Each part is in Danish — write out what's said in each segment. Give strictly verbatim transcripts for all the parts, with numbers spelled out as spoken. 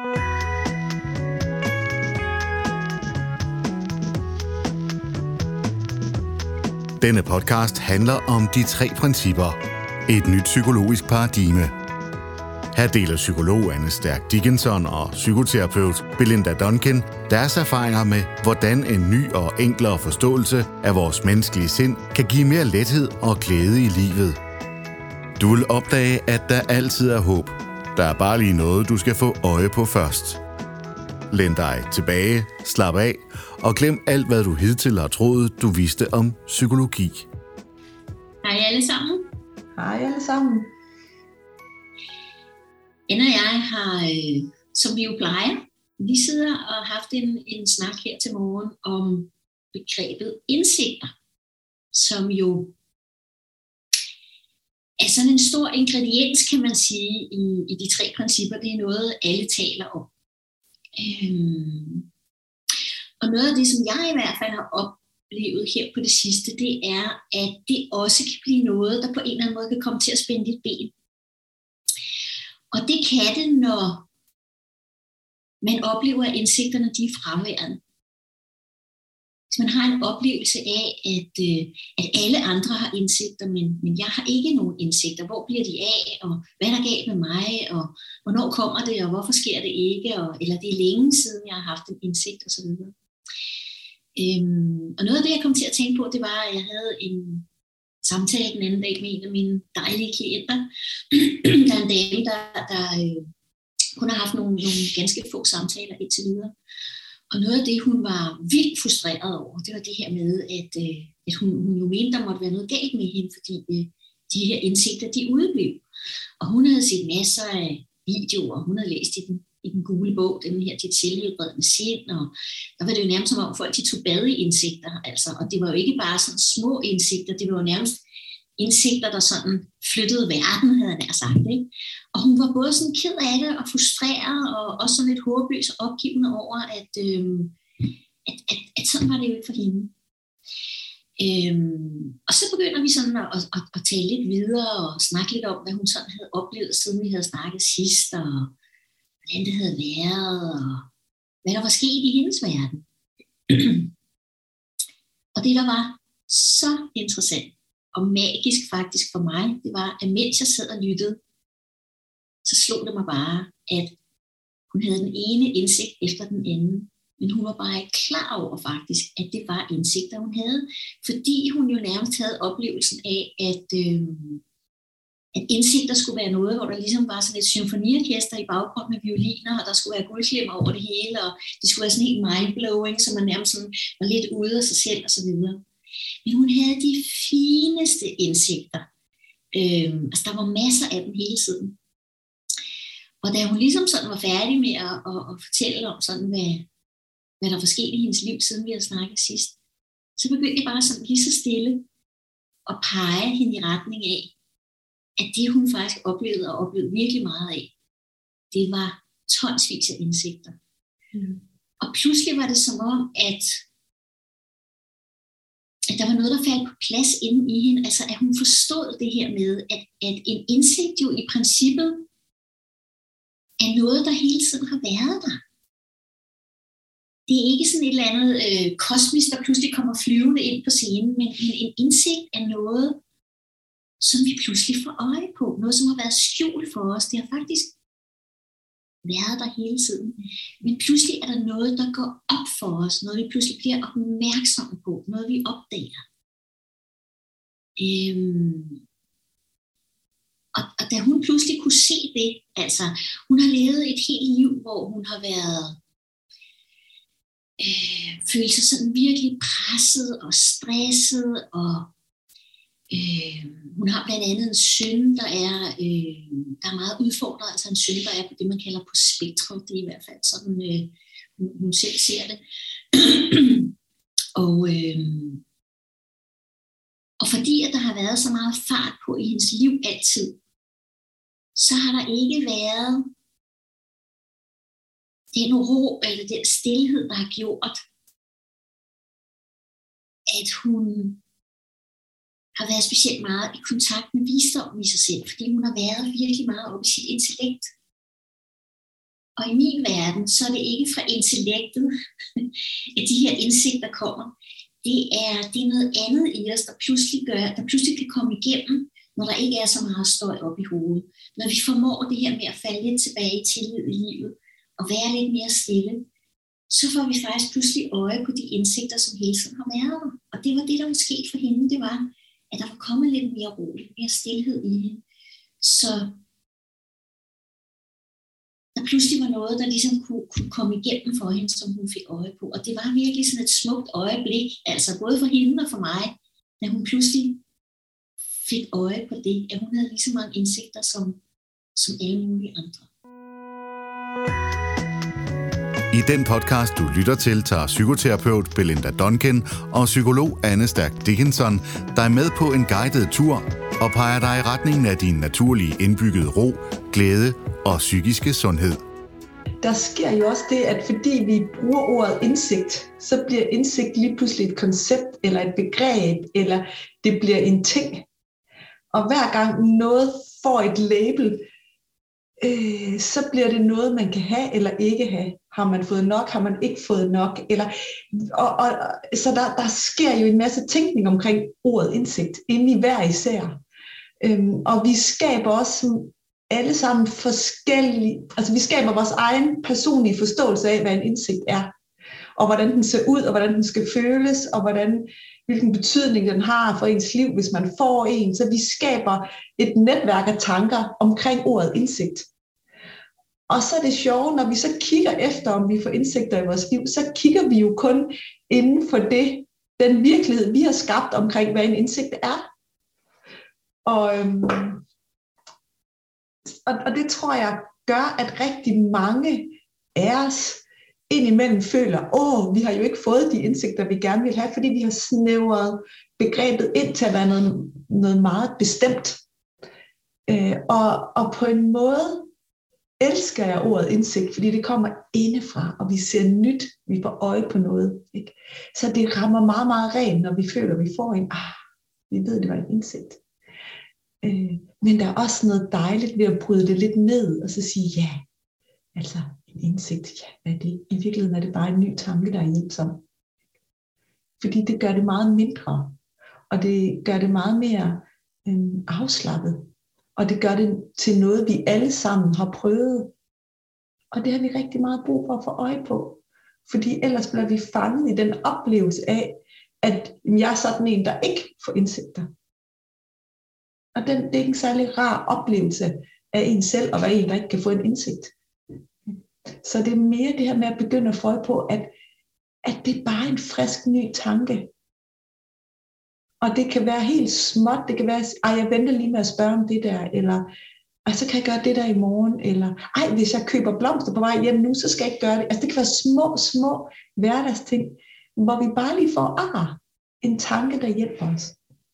Denne podcast handler om de tre principper. Et nyt psykologisk paradigme. Her deler psykolog Anne Stærk Dickinson og psykoterapeut Belinda Duncan deres erfaringer med, hvordan en ny og enklere forståelse af vores menneskelige sind kan give mere lethed og glæde i livet. Du vil opdage, at der altid er håb. Der er bare lige noget, du skal få øje på først. Læn dig tilbage, slap af og glem alt, hvad du hidtil har troet, du vidste om psykologi. Hej alle sammen. Hej alle sammen. Anna og jeg har, øh, som vi jo plejer, vi sidder og har haft en, en snak her til morgen om begrebet indsigter, som jo er sådan en stor ingrediens, kan man sige, i, i de tre principper. Det er noget, alle taler om. Øhm, og noget af det, som jeg i hvert fald har oplevet her på det sidste, det er, at det også kan blive noget, der på en eller anden måde kan komme til at spænde dit ben. Og det kan det, når man oplever, at indsigterne de er fraværende. Hvis man har en oplevelse af, at, øh, at alle andre har indsigter, men, men jeg har ikke nogen indsigter. Hvor bliver de af, og hvad er der galt med mig, og hvornår kommer det, og hvorfor sker det ikke, og, eller det er længe siden, jeg har haft en indsigt osv. Øhm, og noget af det, jeg kom til at tænke på, det var, at jeg havde en samtale den anden dag med en af mine dejlige klienter. Der er en dame, der, der øh, kun har haft nogle, nogle ganske få samtaler indtil videre. Og noget af det, hun var vildt frustreret over, det var det her med, at, øh, at hun, hun jo mente, der måtte være noget galt med hende, fordi øh, de her indsigter, de udeblev. Og hun havde set masser af videoer, hun havde læst i den, i den gule bog, den her til selvhelbredende sind, og der var det jo nærmest som om folk, de tog bad i indsigter, altså. Og det var jo ikke bare sådan små indsigter, det var jo nærmest indsigter, der sådan flyttede verden, havde jeg nær sagt, ikke? Og hun var både sådan ked af det og frustreret, og også sådan lidt håbløs og opgivende over, at, øhm, at, at, at sådan var det jo ikke for hende. Øhm, og så begynder vi sådan at, at, at tale lidt videre og snakke lidt om, hvad hun sådan havde oplevet, siden vi havde snakket sidst, og hvordan det havde været, og hvad der var sket i hendes verden. Og det, der var så interessant og magisk faktisk for mig, det var, at mens jeg sad og lyttede, så slog det mig bare, at hun havde den ene indsigt efter den anden. Men hun var bare ikke klar over faktisk, at det var indsigter, hun havde. Fordi hun jo nærmest havde oplevelsen af, at, øh, at indsigter skulle være noget, hvor der ligesom var sådan et symfoniorkester i baggrunden med violiner, og der skulle være guldklemmer over det hele, og det skulle være sådan helt mindblowing, så man nærmest sådan var lidt ude af sig selv og så videre. Men hun havde de fineste indsigter. Øh, altså der var masser af dem hele tiden. Og da hun ligesom sådan var færdig med at, at, at fortælle om sådan, hvad, hvad der var sket i hendes liv, siden vi havde snakket sidst, så begyndte jeg bare sådan lige så stille at pege hende i retning af, at det hun faktisk oplevede og oplevede virkelig meget af, det var tonsvis af indsigter. Mm. Og pludselig var det som om, at at der var noget, der faldt på plads inde i hende, altså at hun forstod det her med, at, at en indsigt jo i princippet er noget, der hele tiden har været der. Det er ikke sådan et eller andet øh, kosmisk, der pludselig kommer flyvende ind på scenen, men en, en indsigt er noget, som vi pludselig får øje på, noget, som har været skjult for os. Det har faktisk været der hele tiden. Men pludselig er der noget, der går op for os, noget vi pludselig bliver opmærksomme på, noget vi opdager. Øhm. Og, og da hun pludselig kunne se det, altså hun har levet et helt liv, hvor hun har været øh, følt sig sådan virkelig presset og stresset, og øh, hun har blandt andet en søn, der er, øh, der er meget udfordret, altså en søn, der er på det, man kalder på spektrum, det er i hvert fald sådan, øh, hun, hun selv ser det. og, øh, og fordi at der har været så meget fart på i hendes liv altid, så har der ikke været den ro eller den stilhed, der har gjort, at hun har været specielt meget i kontakt med visdommen i sig selv, fordi hun har været virkelig meget oppe i sit intellekt. Og i min verden, så er det ikke fra intellektet, at de her indsigter kommer. Det er, det er noget andet i os, der pludselig, gør, der pludselig kan komme igennem, når der ikke er så meget støj op i hovedet. Når vi formår det her med at falde lidt tilbage i tillid i livet, og være lidt mere stille, så får vi faktisk pludselig øje på de indsigter, som hele tiden har været der. Og det var det, der var sket for hende, det var, at der var kommet lidt mere ro, lidt mere stillhed i hende. Så der pludselig var noget, der ligesom kunne, kunne komme igennem for hende, som hun fik øje på. Og det var virkelig sådan et smukt øjeblik, altså både for hende og for mig, da hun pludselig fik øje på det, at hun havde lige så mange indsigter som, som alle mulige andre. I den podcast, du lytter til, tager psykoterapeut Belinda Duncan og psykolog Anne Stærk Dickinson dig med på en guided tur og peger dig i retningen af din naturlige indbyggede ro, glæde og psykiske sundhed. Der sker jo også det, at fordi vi bruger ordet indsigt, så bliver indsigt lige pludselig et koncept eller et begreb, eller det bliver en ting. Og hver gang noget får et label, øh, så bliver det noget, man kan have eller ikke have. Har man fået nok, har man ikke fået nok? Eller, og, og, så der, der sker jo en masse tænkning omkring ordet indsigt, inde i hver især. Øhm, og vi skaber også alle sammen forskellige, altså vi skaber vores egen personlige forståelse af, hvad en indsigt er, og hvordan den ser ud, og hvordan den skal føles, og hvordan, hvilken betydning den har for ens liv, hvis man får en. Så vi skaber et netværk af tanker omkring ordet indsigt. Og så er det sjove, når vi så kigger efter, om vi får indsigter i vores liv, så kigger vi jo kun inden for det, den virkelighed, vi har skabt omkring, hvad en indsigt er. Og, øhm, og, og det tror jeg gør, at rigtig mange af os indimellem føler, åh, vi har jo ikke fået de indsigter, vi gerne vil have, fordi vi har snævret begrebet ind til at være noget, noget meget bestemt. Øh, og, og på en måde elsker jeg ordet indsigt, fordi det kommer indefra, og vi ser nyt, vi får øje på noget. Ikke? Så det rammer meget, meget rent, når vi føler, at vi får en, ah, vi ved, det var en indsigt. Øh, men der er også noget dejligt ved at bryde det lidt ned, og så sige, ja, altså en indsigt, ja, hvad er det? I virkeligheden er det bare en ny tanke, der er hjælpsom. Fordi det gør det meget mindre, og det gør det meget mere øh, afslappet. Og det gør det til noget, vi alle sammen har prøvet. Og det har vi rigtig meget brug for at få øje på. Fordi ellers bliver vi fanget i den oplevelse af, at jeg er sådan en, der ikke får indsigter. Og den, det er ikke en særlig rar oplevelse af en selv, at være en, der ikke kan få en indsigt. Så det er mere det her med at begynde at få øje på, at, at det er bare en frisk ny tanke. Og det kan være helt småt, det kan være, ej, jeg venter lige med at spørge om det der, eller ej, så kan jeg gøre det der i morgen, eller ej, hvis jeg køber blomster på vej hjem nu, så skal jeg ikke gøre det. Altså det kan være små, små hverdagsting, hvor vi bare lige får, ah, en tanke, der hjælper os.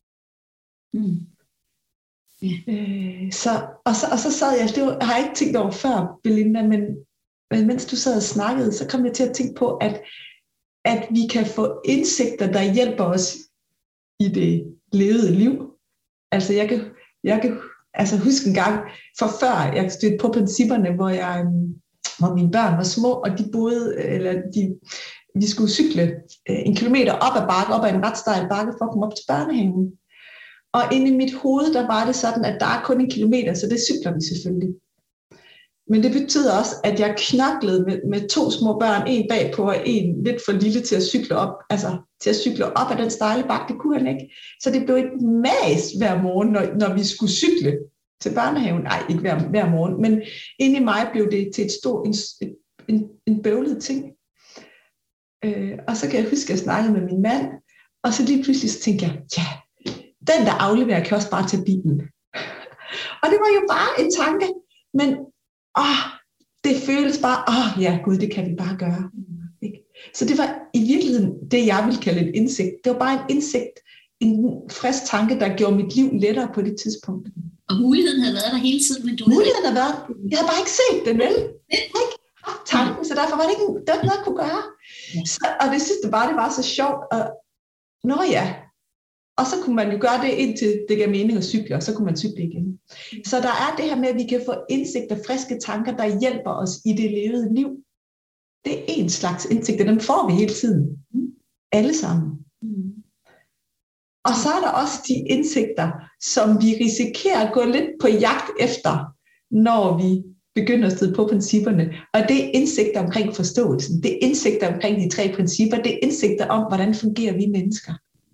Mm. Yeah. Øh, så, og, så, og så sad jeg, det var, har jeg ikke tænkt over før, Belinda, men, men mens du sad og snakkede, så kom jeg til at tænke på, at, at vi kan få indsigter, der hjælper os i det levede liv. Altså jeg kan, jeg kan altså huske en gang, for før jeg stødte på principperne, hvor, jeg, hvor mine børn var små, og de boede, eller de, vi skulle cykle en kilometer op ad bakke, op ad en ret stejl bakke, for at komme op til børnehaven. Og inde i mit hoved, der var det sådan, at der er kun en kilometer, så det cykler vi selvfølgelig. Men det betyder også, at jeg knoklede med, med to små børn, en bagpå og en lidt for lille til at cykle op, altså til at cykle op ad den stejle bakke, det kunne han ikke. Så det blev et mas hver morgen, når, når vi skulle cykle til børnehaven. Nej, ikke hver, hver morgen, men inde i mig blev det til et stort, en, en, en bøvlet ting. Øh, og så kan jeg huske, at jeg snakkede med min mand, og så lige pludselig så tænkte jeg, ja, den der afleverer kan også bare tage bilen. Og det var jo bare en tanke, men åh, det føles bare, åh ja gud, det kan vi bare gøre. Ikke? Så det var i virkeligheden det, jeg ville kalde en indsigt. Det var bare en indsigt, en frisk tanke, der gjorde mit liv lettere på det tidspunkt. Og muligheden havde været der hele tiden, men du muligheden havde været, jeg havde bare ikke set den, vel? Ikke haft tanken, så derfor var det ikke, det var ikke noget, jeg kunne gøre. Så, og det sidste bare, det var så sjovt, og nå ja, Og så kunne man jo gøre det, indtil det gav mening at cykle, og så kunne man cykle igen. Så der er det her med, at vi kan få indsigt og friske tanker, der hjælper os i det levede liv. Det er en slags indsigt, og dem får vi hele tiden. Alle sammen. Mm. Og så er der også de indsigter, som vi risikerer at gå lidt på jagt efter, når vi begynder at støde på principperne. Og det er indsigter omkring forståelsen. Det er indsigter omkring de tre principper. Det er indsigter om, hvordan fungerer vi mennesker.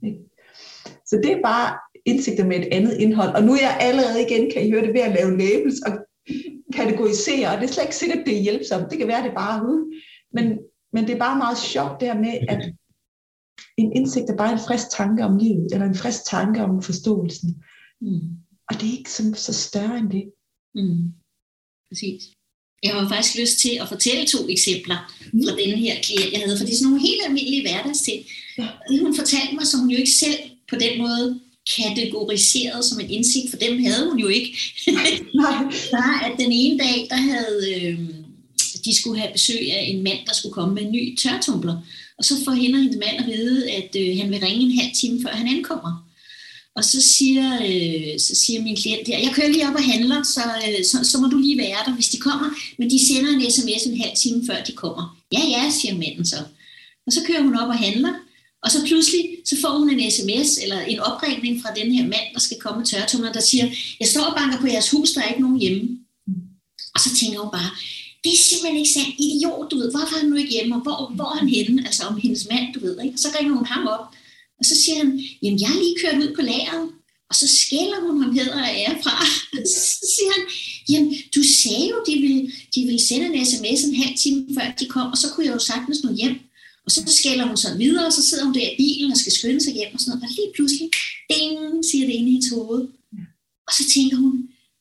Så det er bare indsigter med et andet indhold. Og nu er jeg allerede igen, kan I høre det, ved at lave labels og kategorisere. Og det er slet ikke sikkert, det er hjælpsomt. Det kan være, det er bare ud. Men, men det er bare meget sjovt det her med, at en indsigt er bare en frisk tanke om livet, eller en frisk tanke om forståelsen. Mm. Og det er ikke så, så større end det. Mm. Præcis. Jeg har faktisk lyst til at fortælle to eksempler mm. fra denne her klient, jeg havde, for det er sådan nogle helt almindelige hverdagsting. Ja. Det hun fortalte mig, som hun jo ikke selv på den måde kategoriseret som en indsigt, for dem havde hun jo ikke. Nej. Der at den ene dag, der havde øh, de skulle have besøg af en mand, der skulle komme med en ny tørretumbler. Og så får hende og hendes mand at vide, at øh, han vil ringe en halv time, før han ankommer. Og så siger, øh, så siger min klient der, jeg kører lige op og handler, så, øh, så, så må du lige være der, hvis de kommer. Men de sender en sms en halv time, før de kommer. Ja, ja, siger manden så. Og så kører hun op og handler. Og så pludselig, så får hun en sms, eller en opringning fra den her mand, der skal komme med tørretumler, der siger, jeg står og banker på jeres hus, der er ikke nogen hjemme. Og så tænker hun bare, det er simpelthen ikke sandt, idiot, du ved, hvorfor er han nu ikke hjemme, og hvor, hvor er han henne, altså om hendes mand, du ved, ikke? Og så ringer hun ham op, og så siger han, jamen jeg er lige kørt ud på lageret, og så skælder hun ham hæder og ære fra, og så siger han, jamen du sagde jo, de ville, de ville sende en sms en halv time før de kom, og så kunne jeg jo sagtens nå hjem, og så skælder hun sådan videre, og så sidder hun der i bilen og skal skynde sig hjem og sådan noget, og lige pludselig, ding, siger det inde i hendes hoved, og så tænker hun,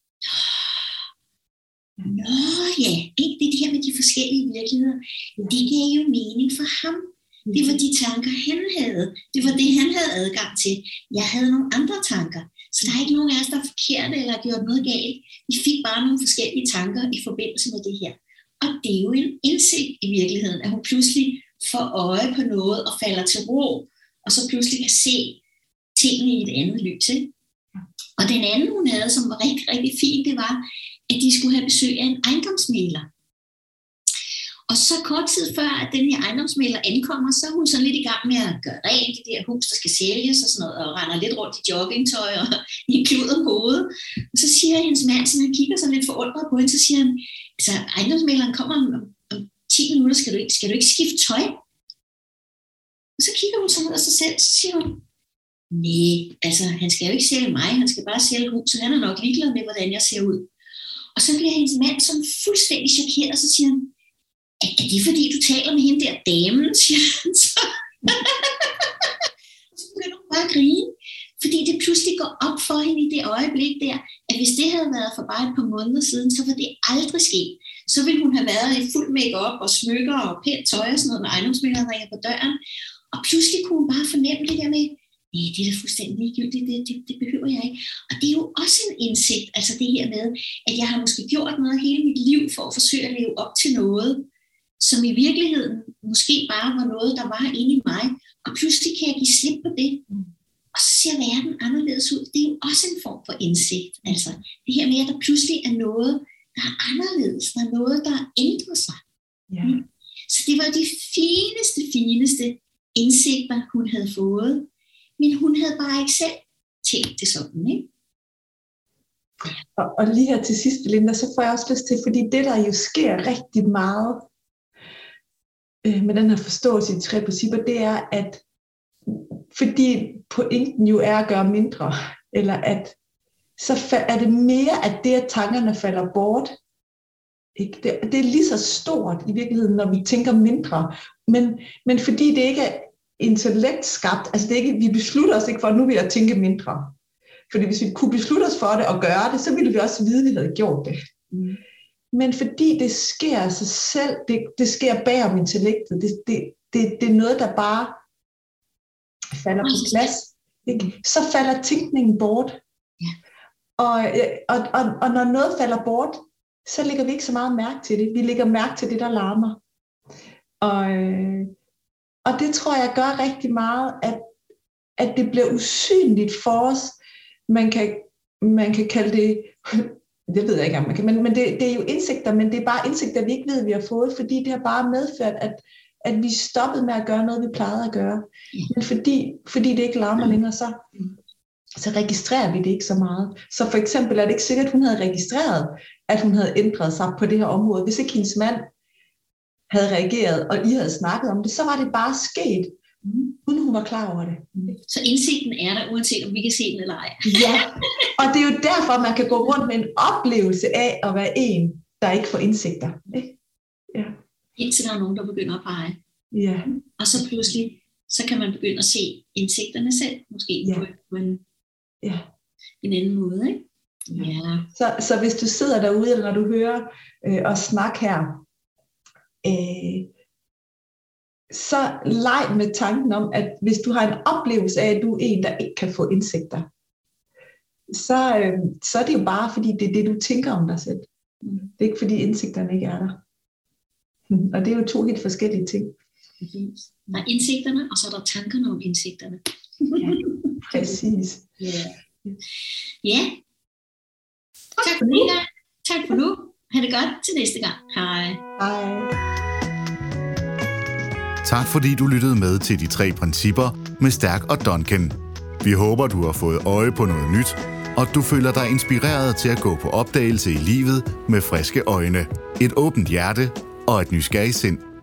nå ja, det er det her med de forskellige virkeligheder. Det gav jo mening for ham. Det var de tanker, han havde. Det var det, han havde adgang til. Jeg havde nogle andre tanker. Så der er ikke nogen af os, der er forkerte eller har gjort noget galt. Vi fik bare nogle forskellige tanker i forbindelse med det her. Og det er jo en indsigt i virkeligheden, at hun pludselig får øje på noget og falder til ro, og så pludselig kan se tingene i et andet lys. Ikke? Og den anden, hun havde, som var rigtig, rigtig fint, det var, at de skulle have besøg af en ejendomsmægler. Og så kort tid før, at den her ejendomsmægler ankommer, så er hun sådan lidt i gang med at gøre rent det der hus, der skal sælges og sådan noget, og render lidt rundt i joggingtøj og i en klud om hovedet. Og så siger hendes mand, så han kigger sådan lidt forundret på hende, så siger han, altså ejendomsmægleren kommer om, om ti minutter, skal du, ikke, skal du ikke skifte tøj? Og så kigger hun sådan ud af sig selv, så siger hun, nej, altså han skal jo ikke sælge mig, han skal bare sælge huset, han er nok ligeglad med, hvordan jeg ser ud. Og så bliver hendes mand sådan fuldstændig chokeret, og så siger han, er det fordi, du taler med hende der damen, siger han så. Og så begynder hun bare at grine, fordi det pludselig går op for hende i det øjeblik der, at hvis det havde været for bare et par måneder siden, så var det aldrig sket. Så ville hun have været i fuld make-up og smykker og pænt tøj og sådan noget, når ejendomsmægleren ringer på døren. Og pludselig kunne hun bare fornemme det der med, nej, det er da fuldstændig ligegyldigt, det, det, det behøver jeg ikke. Og det er jo også en indsigt, altså det her med, at jeg har måske gjort noget hele mit liv for at forsøge at leve op til noget, som i virkeligheden måske bare var noget, der var inde i mig, og pludselig kan jeg give slip på det, og så ser verden anderledes ud. Det er jo også en form for indsigt, altså det her med, at der pludselig er noget, der er anderledes, der er noget, der ændrer sig. Ja. Så det var de fineste, fineste indsigter, hun havde fået, men hun havde bare ikke selv tænkt det sådan, ikke? Og, og lige her til sidst, Linda, så får jeg også lyst til, fordi det, der jo sker rigtig meget øh, med den her forståelse i de tre principper, det er, at fordi pointen jo er at gøre mindre, eller at så er det mere, at det, at tankerne falder bort, ikke? Det, det er lige så stort i virkeligheden, når vi tænker mindre, men, men fordi det ikke er intellekt skabt, altså det er ikke, vi beslutter os ikke for, at nu vil jeg tænke mindre. Fordi hvis vi kunne beslutte os for det og gøre det, så ville vi også vide, at vi havde gjort det. Mm. Men fordi det sker af sig selv, det, det sker bag om intellektet, det, det, det, det er noget, der bare falder på plads, ikke? Så falder tænkningen bort. Ja. Og, og, og, og når noget falder bort, så lægger vi ikke så meget mærke til det. Vi lægger mærke til det, der larmer. Og, og det tror jeg gør rigtig meget, at at det bliver usynligt for os. Man kan, man kan kalde det, det ved jeg ikke, om man kan, men, men det, det er jo indsigter, men det er bare indsigter, vi ikke ved, vi har fået, fordi det har bare medført, at, at vi stoppede med at gøre noget, vi plejede at gøre. Men fordi, fordi det ikke larmer længere, så, så registrerer vi det ikke så meget. Så for eksempel er det ikke sikkert, at hun havde registreret, at hun havde ændret sig på det her område. Hvis ikke hendes mand havde reageret, og I havde snakket om det, så var det bare sket, uden hun var klar over det. Så indsigten er der, uanset om vi kan se den eller ej. Ja, og det er jo derfor, man kan gå rundt med en oplevelse af at være en, der ikke får indsigter. Ja. Indtil der er nogen, der begynder at pege. Ja. Og så pludselig, så kan man begynde at se indsigterne selv, måske ja. på en, ja. en anden måde. Ikke? Ja. Så, så hvis du sidder derude, eller når du hører øh, os snakke her, øh, så leg med tanken om, at hvis du har en oplevelse af, at du er en, der ikke kan få indsigter, så, øh, så er det jo bare, fordi det er det, du tænker om dig selv. Mm. Det er ikke, fordi indsigterne ikke er der. Mm. Og det er jo to helt forskellige ting. Der er indsigterne, og så er der tankerne om indsigterne. Ja, præcis. Ja. Ja. Tak for det. Tak for nu. Ha' det godt til næste gang. Hej. Hej. Tak fordi du lyttede med til De Tre Principper med Stærk og Duncan. Vi håber, du har fået øje på noget nyt, og du føler dig inspireret til at gå på opdagelse i livet med friske øjne, et åbent hjerte og et nysgerrigt sind.